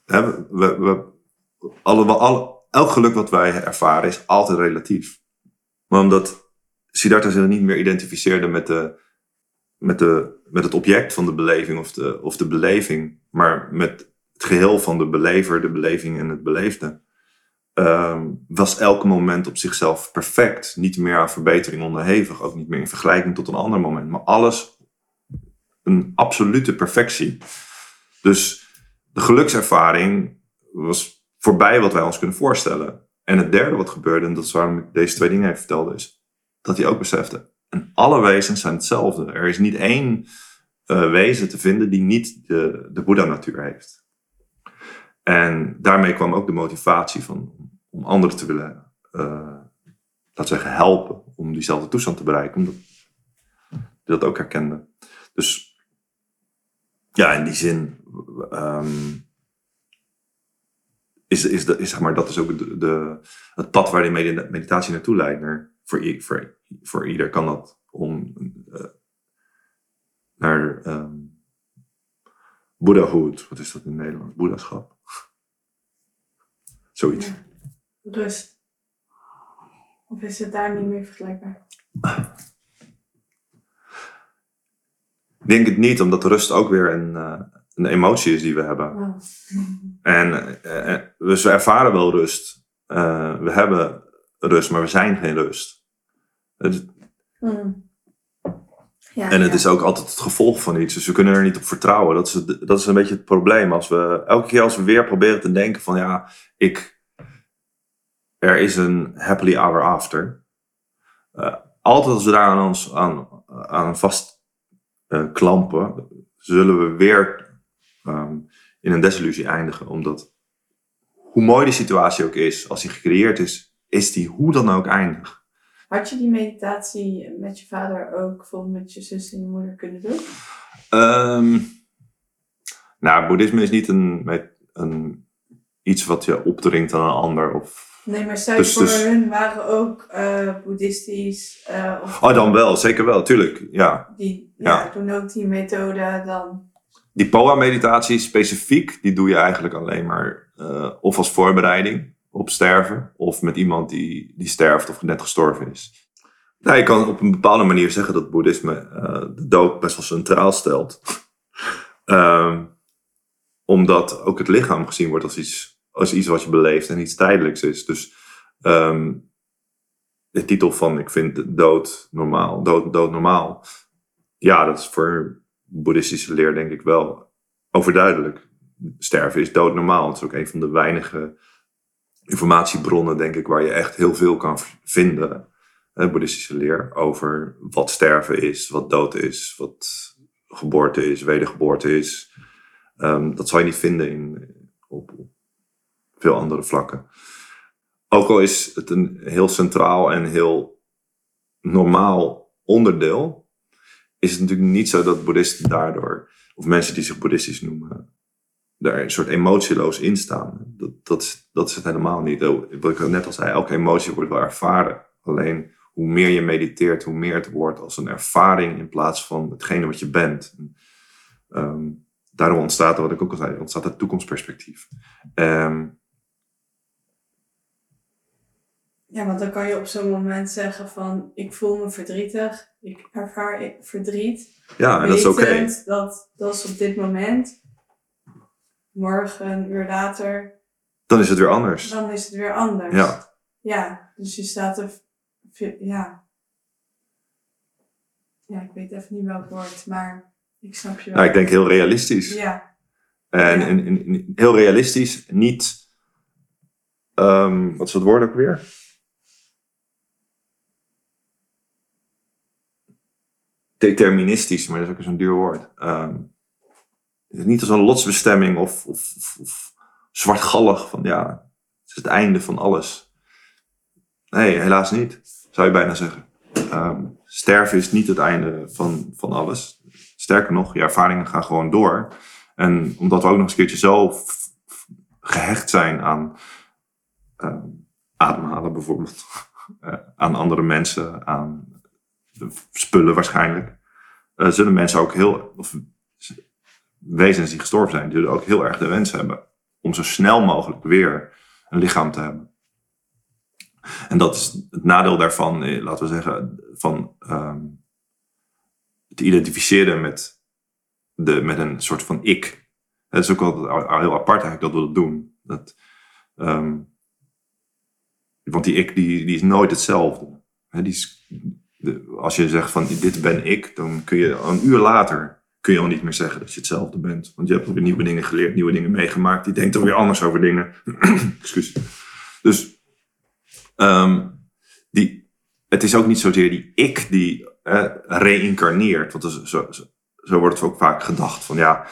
Elk geluk wat wij ervaren is altijd relatief. Maar omdat Siddhartha zich niet meer identificeerde met het object van de beleving of de beleving, maar met het geheel van de belever, de beleving en het beleefde, was elk moment op zichzelf perfect. Niet meer aan verbetering onderhevig, ook niet meer in vergelijking tot een ander moment, maar alles een absolute perfectie. Dus de gelukservaring was voorbij wat wij ons kunnen voorstellen. En het derde wat gebeurde, en dat is waarom ik deze 2 dingen even vertelde, is dat hij ook besefte. En alle wezens zijn hetzelfde. Er is niet één wezen te vinden die niet de Boeddha-natuur heeft. En daarmee kwam ook de motivatie om anderen te willen, laten zeggen, helpen. Om diezelfde toestand te bereiken. Omdat hij dat ook herkende. Dus ja, in die zin is zeg maar, dat is ook het pad waar die meditatie naartoe leidt. Voor ieder kan dat om naar Buddhahood. Wat is dat in het Nederlands? Boeddhaschap? Zoiets. Ja. Rust. Of is het daar niet meer vergelijkbaar? Ik denk het niet, omdat de rust ook weer een emotie is die we hebben. Wow. En dus we ervaren wel rust. We hebben rust, maar we zijn geen rust. Ja, en het is ook altijd het gevolg van iets. Dus we kunnen er niet op vertrouwen. Dat is een beetje het probleem. Elke keer als we weer proberen te denken van ja, er is een happily ever after. Altijd als we daar aan vast klampen, zullen we weer in een desillusie eindigen. Omdat hoe mooi die situatie ook is, als die gecreëerd is die hoe dan ook eindig. Had je die meditatie met je vader ook bijvoorbeeld met je zus en je moeder kunnen doen? Nou, boeddhisme is niet iets wat je opdringt aan een ander. Nee, maar stel je voor, hun waren ook boeddhistisch. Dan wel, zeker wel, tuurlijk. Ja. Die doen ook die methode dan. Die Poa-meditatie specifiek, die doe je eigenlijk alleen maar of als voorbereiding op sterven, of met iemand die sterft of net gestorven is. Nou, je kan op een bepaalde manier zeggen dat boeddhisme de dood best wel centraal stelt. Omdat ook het lichaam gezien wordt als iets wat je beleeft en iets tijdelijks is. Dus de titel van ik vind dood normaal, dood normaal. Ja, dat is voor boeddhistische leer denk ik wel overduidelijk. Sterven is doodnormaal. Het is ook een van de weinige informatiebronnen, denk ik, waar je echt heel veel kan vinden. Boeddhistische leer over wat sterven is, wat dood is, wat geboorte is, wedergeboorte is. Dat zal je niet vinden op veel andere vlakken. Ook al is het een heel centraal en heel normaal onderdeel, is het natuurlijk niet zo dat boeddhisten daardoor, of mensen die zich boeddhistisch noemen, daar een soort emotieloos in staan. Dat is het helemaal niet. Wat ik net al zei, elke emotie wordt wel ervaren. Alleen hoe meer je mediteert, hoe meer het wordt als een ervaring in plaats van hetgene wat je bent. Daardoor ontstaat, wat ik ook al zei, ontstaat het toekomstperspectief. Ja, want dan kan je op zo'n moment zeggen van, ik voel me verdrietig, ik ervaar verdriet. Ja, en dat is oké. Wetend dat is op dit moment. Morgen, een uur later. Dan is het weer anders. Dan is het weer anders. Ja. Ja, dus je staat er... Ja. Ja, ik weet even niet welk woord, maar ik snap je wel. Nou, ik denk heel realistisch. Ja. En heel realistisch, niet... wat is het woord ook weer? Deterministisch, maar dat is ook zo'n duur woord. Niet als een lotsbestemming of zwartgallig van ja, het is het einde van alles. Nee, helaas niet, zou je bijna zeggen. Sterven is niet het einde van alles. Sterker nog, je ervaringen gaan gewoon door. En omdat we ook nog eens een keertje zo gehecht zijn aan ademhalen bijvoorbeeld, aan andere mensen, aan spullen waarschijnlijk, zullen mensen ook wezens die gestorven zijn, die ook heel erg de wens hebben om zo snel mogelijk weer een lichaam te hebben. En dat is het nadeel daarvan, laten we zeggen, van te identificeren met een soort van ik. Het is ook altijd heel apart eigenlijk dat we dat doen. Want die ik die is nooit hetzelfde. Als je zegt van dit ben ik, dan kun je een uur later al niet meer zeggen dat je hetzelfde bent. Want je hebt weer nieuwe dingen geleerd, nieuwe dingen meegemaakt. Je denkt er weer anders over dingen. Excuus. Dus het is ook niet zozeer die ik die reïncarneert. Want zo wordt het ook vaak gedacht. Van ja,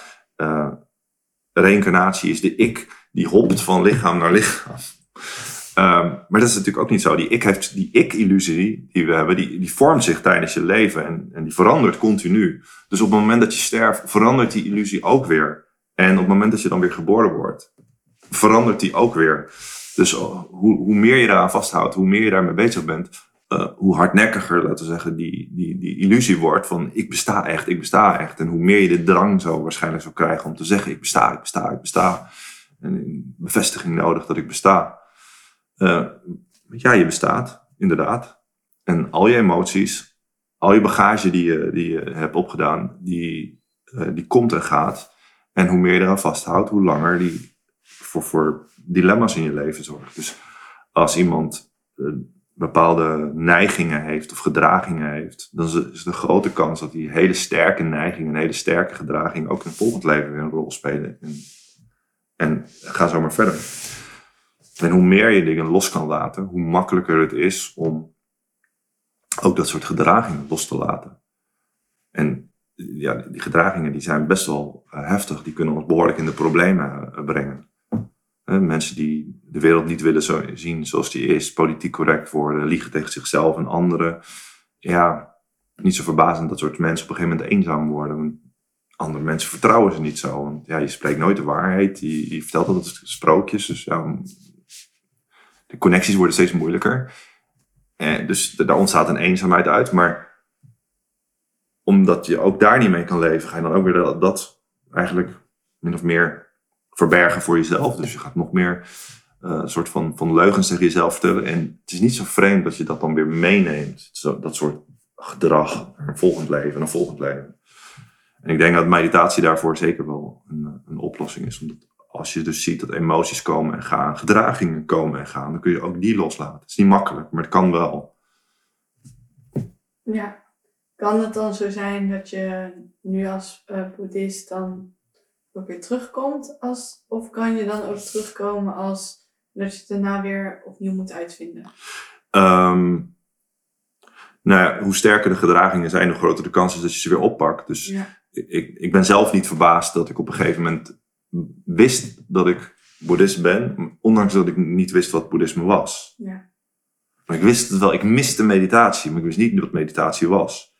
reïncarnatie is de ik die hopt van lichaam naar lichaam. Maar dat is natuurlijk ook niet zo. Die ik-illusie die we hebben, die vormt zich tijdens je leven en die verandert continu. Dus op het moment dat je sterft, verandert die illusie ook weer. En op het moment dat je dan weer geboren wordt, verandert die ook weer. Dus hoe meer je daaraan vasthoudt, hoe meer je daarmee bezig bent, hoe hardnekkiger, laten we zeggen, die illusie wordt van ik besta echt, ik besta echt. En hoe meer je de drang zo waarschijnlijk zou krijgen om te zeggen ik besta, ik besta, ik besta. En een bevestiging nodig dat ik besta. Ja, je bestaat, inderdaad. En al je emoties, al je bagage die je hebt opgedaan, die komt en gaat. En hoe meer je eraan vasthoudt, hoe langer die voor dilemma's in je leven zorgt. Dus als iemand bepaalde neigingen heeft of gedragingen heeft, dan is de grote kans dat die hele sterke neigingen en hele sterke gedragingen ook in het volgend leven weer een rol spelen. En ga zo maar verder. En hoe meer je dingen los kan laten, hoe makkelijker het is om ook dat soort gedragingen los te laten. En ja, die gedragingen die zijn best wel heftig. Die kunnen ons behoorlijk in de problemen brengen. Mensen die de wereld niet willen zien zoals die is, politiek correct worden, liegen tegen zichzelf en anderen. Ja, niet zo verbazend dat soort mensen op een gegeven moment eenzaam worden. Want andere mensen vertrouwen ze niet zo. Want ja, je spreekt nooit de waarheid. Je vertelt altijd sprookjes. Dus ja, de connecties worden steeds moeilijker. Dus daar ontstaat een eenzaamheid uit. Maar omdat je ook daar niet mee kan leven, ga je dan ook weer dat eigenlijk min of meer verbergen voor jezelf. Dus je gaat nog meer een soort van leugens tegen jezelf vertellen. En het is niet zo vreemd dat je dat dan weer meeneemt. Dat soort gedrag naar een volgend leven en een volgend leven. En ik denk dat meditatie daarvoor zeker wel een oplossing is. Omdat als je dus ziet dat emoties komen en gaan, gedragingen komen en gaan, dan kun je ook die loslaten. Het is niet makkelijk, maar het kan wel. Ja. Kan het dan zo zijn dat je nu als boeddhist dan ook weer terugkomt? Of kan je dan ook terugkomen als Dat je het daarna weer opnieuw moet uitvinden. Nou ja, hoe sterker de gedragingen zijn, hoe groter de kans is dat je ze weer oppakt. Dus ik ben zelf niet verbaasd dat ik op een gegeven moment wist dat ik boeddhist ben. Ondanks dat ik niet wist wat boeddhisme was. Ja. Maar ik wist het wel. Ik miste meditatie, maar ik wist niet wat meditatie was.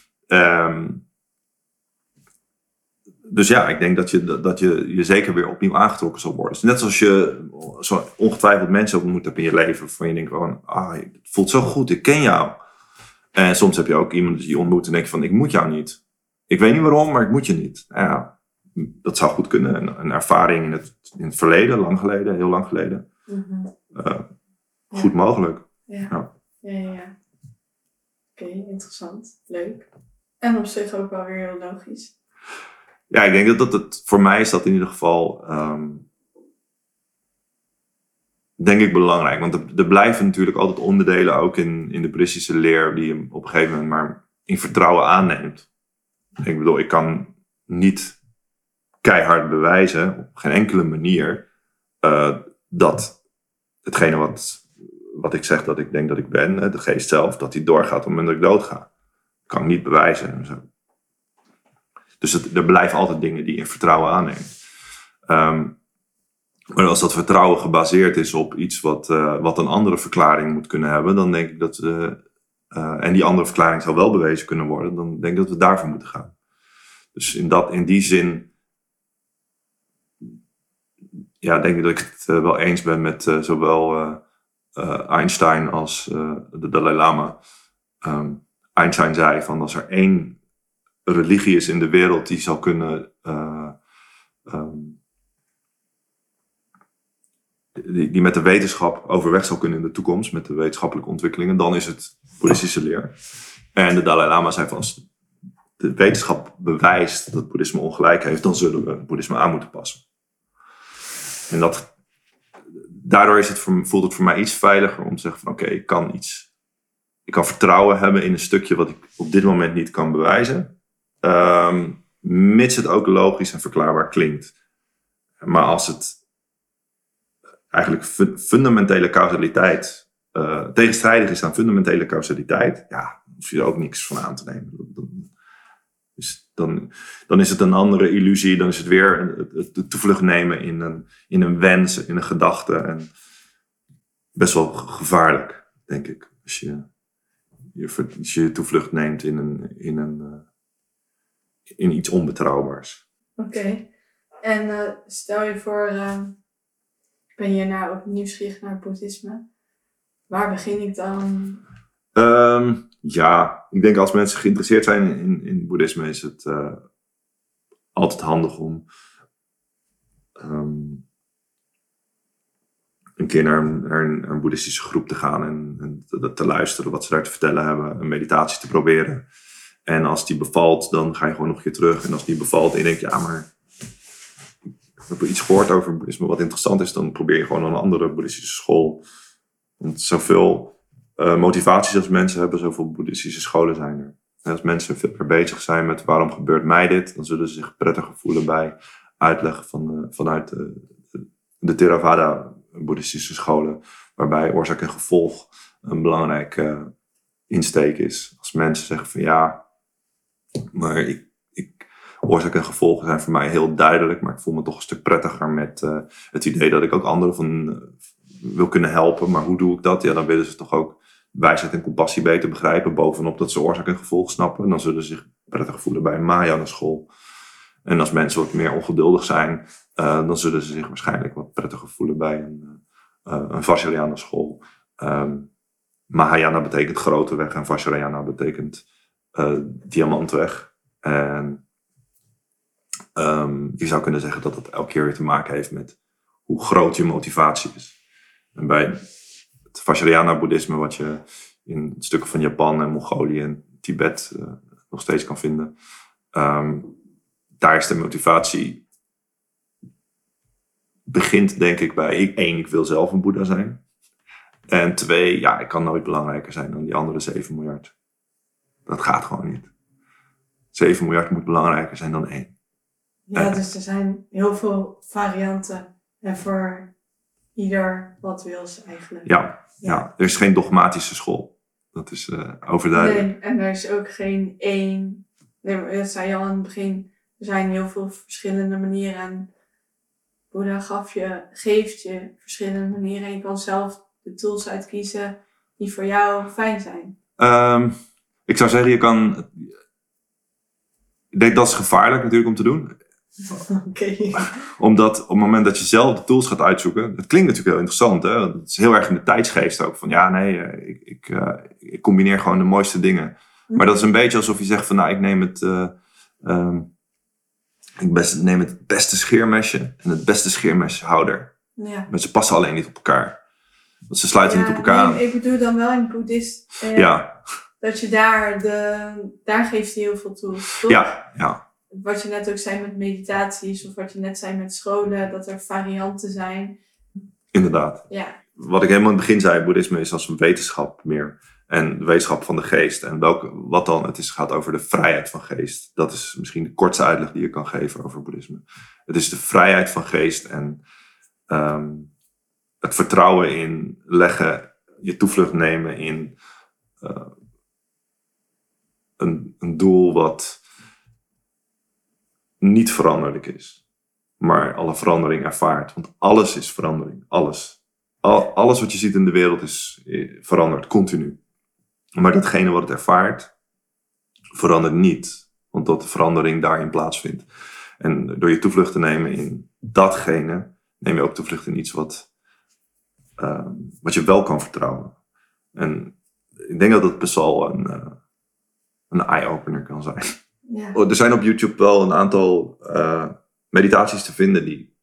Dus ja, ik denk dat je zeker weer opnieuw aangetrokken zal worden. Dus net zoals je zo ongetwijfeld mensen ontmoet hebt in je leven. Waarvan je denkt van, het voelt zo goed, ik ken jou. En soms heb je ook iemand die je ontmoet en denk je van, ik moet jou niet. Ik weet niet waarom, maar ik moet je niet. Ja, dat zou goed kunnen. Een ervaring in het verleden, lang geleden, heel lang geleden. Mm-hmm. Goed mogelijk. Ja. Oké, interessant. Leuk. En op zich ook wel weer heel logisch. Ja, ik denk dat het voor mij is dat in ieder geval denk ik belangrijk. Want er blijven natuurlijk altijd onderdelen ook in de boeddhistische leer die je op een gegeven moment maar in vertrouwen aanneemt. Ik bedoel, ik kan niet keihard bewijzen, op geen enkele manier, dat hetgene wat ik zeg dat ik denk dat ik ben, de geest zelf, dat die doorgaat op het moment dat ik doodga. Dat kan ik niet bewijzen. En zo. Dus er blijven altijd dingen die je in vertrouwen aanneemt. Maar als dat vertrouwen gebaseerd is op iets wat een andere verklaring moet kunnen hebben, dan denk ik dat en die andere verklaring zou wel bewezen kunnen worden, dan denk ik dat we daarvoor moeten gaan. Dus in die zin denk ik dat ik het wel eens ben met zowel Einstein als de Dalai Lama. Einstein zei van als er één religie is in de wereld die zou kunnen die met de wetenschap overweg zou kunnen in de toekomst, met de wetenschappelijke ontwikkelingen, dan is het boeddhistische leer. En de Dalai Lama zei van als de wetenschap bewijst dat boeddhisme ongelijk heeft, dan zullen we boeddhisme aan moeten passen. En daardoor voelt het voor mij iets veiliger om te zeggen van oké, ik kan vertrouwen hebben in een stukje wat ik op dit moment niet kan bewijzen. Mits het ook logisch en verklaarbaar klinkt. Maar als het eigenlijk fundamentele causaliteit tegenstrijdig is aan fundamentele causaliteit, ja, dan hoef je er ook niks van aan te nemen. Dan is het een andere illusie, dan is het weer het toevlucht nemen in een wens, in een gedachte. En best wel gevaarlijk, denk ik, als je toevlucht neemt in iets onbetrouwbaars. Oké. En stel je voor, ben je nou ook nieuwsgierig naar het boeddhisme? Waar begin ik dan? Ik denk als mensen geïnteresseerd zijn in boeddhisme is het altijd handig om een keer naar een boeddhistische groep te gaan en te luisteren wat ze daar te vertellen hebben, een meditatie te proberen. En als die bevalt, dan ga je gewoon nog een keer terug. En als die bevalt en je denkt, ja, maar ik heb iets gehoord over boeddhisme wat interessant is, dan probeer je gewoon een andere boeddhistische school. Want zoveel motivaties als mensen hebben, zoveel boeddhistische scholen zijn er. En als mensen veel meer bezig zijn met waarom gebeurt mij dit, dan zullen ze zich prettiger voelen bij uitleg vanuit de Theravada boeddhistische scholen, waarbij oorzaak en gevolg een belangrijke insteek is. Als mensen zeggen van ja, maar oorzaak en gevolgen zijn voor mij heel duidelijk, maar ik voel me toch een stuk prettiger met het idee dat ik ook anderen wil kunnen helpen. Maar hoe doe ik dat? Ja, dan willen ze toch ook wijsheid en compassie beter begrijpen, bovenop dat ze oorzaak en gevolg snappen. En dan zullen ze zich prettig voelen bij een Mahayana school. En als mensen wat meer ongeduldig zijn, dan zullen ze zich waarschijnlijk wat prettiger voelen bij een Vajrayana school. Mahayana betekent grote weg en Vajrayana betekent diamantweg. En je zou kunnen zeggen dat het elke keer weer te maken heeft met hoe groot je motivatie is. En bij het Vajrayana boeddhisme, wat je in stukken van Japan en Mongolië en Tibet nog steeds kan vinden, daar is de motivatie begint denk ik bij ik wil zelf een boeddha zijn. En 2, ik kan nooit belangrijker zijn dan die andere 7 miljard. Dat gaat gewoon niet. 7 miljard moet belangrijker zijn dan 1. Ja, dus er zijn heel veel varianten. En voor ieder wat wil eigenlijk. Ja, er is geen dogmatische school. Dat is overduidelijk. Nee, en er is ook geen één... Nee, maar dat zei je al in het begin. Er zijn heel veel verschillende manieren. En Boeddha geeft je verschillende manieren. En je kan zelf de tools uitkiezen die voor jou fijn zijn. Ik zou zeggen, ik denk dat is gevaarlijk natuurlijk om te doen. Oké. Omdat op het moment dat je zelf de tools gaat uitzoeken... Het klinkt natuurlijk heel interessant. Hè? Het is heel erg in de tijdsgeest ook. Van ik combineer gewoon de mooiste dingen. Maar dat is een beetje alsof je zegt van... Nou, ik neem het beste scheermesje en het beste scheermeshouder. Ja. Maar ze passen alleen niet op elkaar. Want ze sluiten niet op elkaar aan. Ik bedoel dan wel in boeddhist... Dat je daar geeft hij heel veel tools, toch? Ja. Wat je net ook zei met meditaties of wat je net zei met scholen, dat er varianten zijn. Inderdaad. Ja. Wat ik helemaal in het begin zei, boeddhisme is als een wetenschap meer. En de wetenschap van de geest. En wat dan? Het gaat over de vrijheid van geest. Dat is misschien de kortste uitleg die je kan geven over boeddhisme. Het is de vrijheid van geest en het vertrouwen in leggen, je toevlucht nemen in een doel wat niet veranderlijk is. Maar alle verandering ervaart. Want alles is verandering. Alles. Alles wat je ziet in de wereld is veranderd, continu. Maar datgene wat het ervaart, verandert niet. Want dat de verandering daarin plaatsvindt. En door je toevlucht te nemen in datgene, neem je ook toevlucht in iets wat je wel kan vertrouwen. En ik denk dat dat best wel een eye-opener kan zijn. Ja. Er zijn op YouTube wel een aantal meditaties te vinden die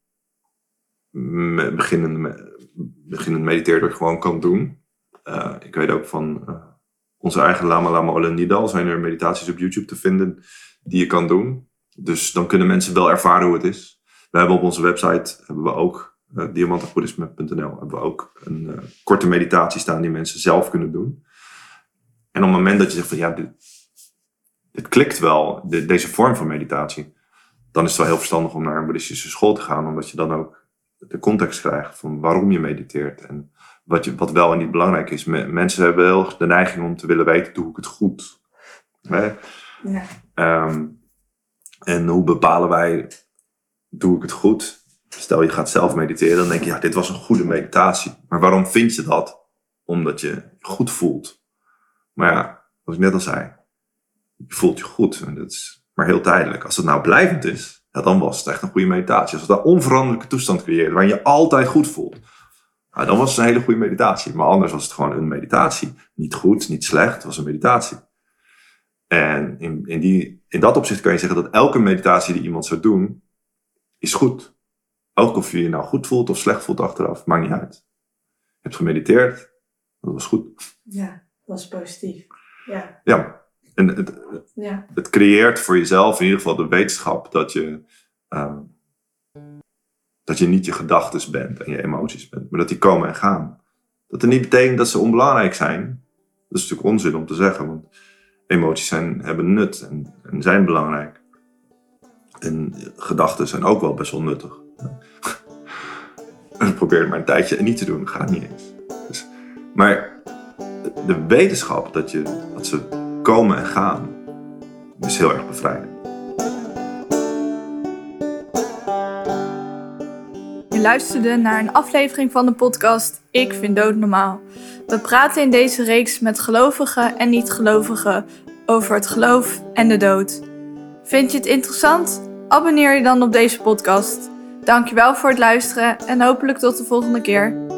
beginnend mediteerder gewoon kan doen. Ik weet ook van onze eigen Lama Ola Nidal zijn er meditaties op YouTube te vinden die je kan doen. Dus dan kunnen mensen wel ervaren hoe het is. We hebben op onze website ook diamantboeddhisme.nl hebben we ook een korte meditatie staan die mensen zelf kunnen doen. En op het moment dat je zegt van ja, dit klikt wel, deze vorm van meditatie, dan is het wel heel verstandig om naar een boeddhistische school te gaan, omdat je dan ook de context krijgt van waarom je mediteert en wat wel en niet belangrijk is. Mensen hebben heel erg de neiging om te willen weten, doe ik het goed? Hè? Ja. En hoe bepalen wij, doe ik het goed? Stel je gaat zelf mediteren, dan denk je, ja, dit was een goede meditatie. Maar waarom vind je dat? Omdat je je goed voelt. Maar ja, wat ik net al zei, je voelt je goed. En dat is maar heel tijdelijk. Als het nou blijvend is, ja, dan was het echt een goede meditatie. Als het een onveranderlijke toestand creëert, waarin je altijd goed voelt, nou, dan was het een hele goede meditatie. Maar anders was het gewoon een meditatie. Niet goed, niet slecht, het was een meditatie. En in dat opzicht kan je zeggen dat elke meditatie die iemand zou doen, is goed. Ook of je je nou goed voelt of slecht voelt achteraf, maakt niet uit. Je hebt gemediteerd, dat was goed. Ja, dat is positief. Ja. Ja, en het creëert voor jezelf in ieder geval de wetenschap dat je niet je gedachtes bent en je emoties bent, maar dat die komen en gaan. Dat niet betekent dat ze onbelangrijk zijn. Dat is natuurlijk onzin om te zeggen, want emoties hebben nut en zijn belangrijk. En gedachten zijn ook wel best wel nuttig. Probeer het maar een tijdje niet te doen, gaat niet eens. Dus, maar de wetenschap dat ze komen en gaan, is heel erg bevrijdend. Je luisterde naar een aflevering van de podcast Ik Vind Dood Normaal. We praten in deze reeks met gelovigen en niet-gelovigen over het geloof en de dood. Vind je het interessant? Abonneer je dan op deze podcast. Dankjewel voor het luisteren en hopelijk tot de volgende keer.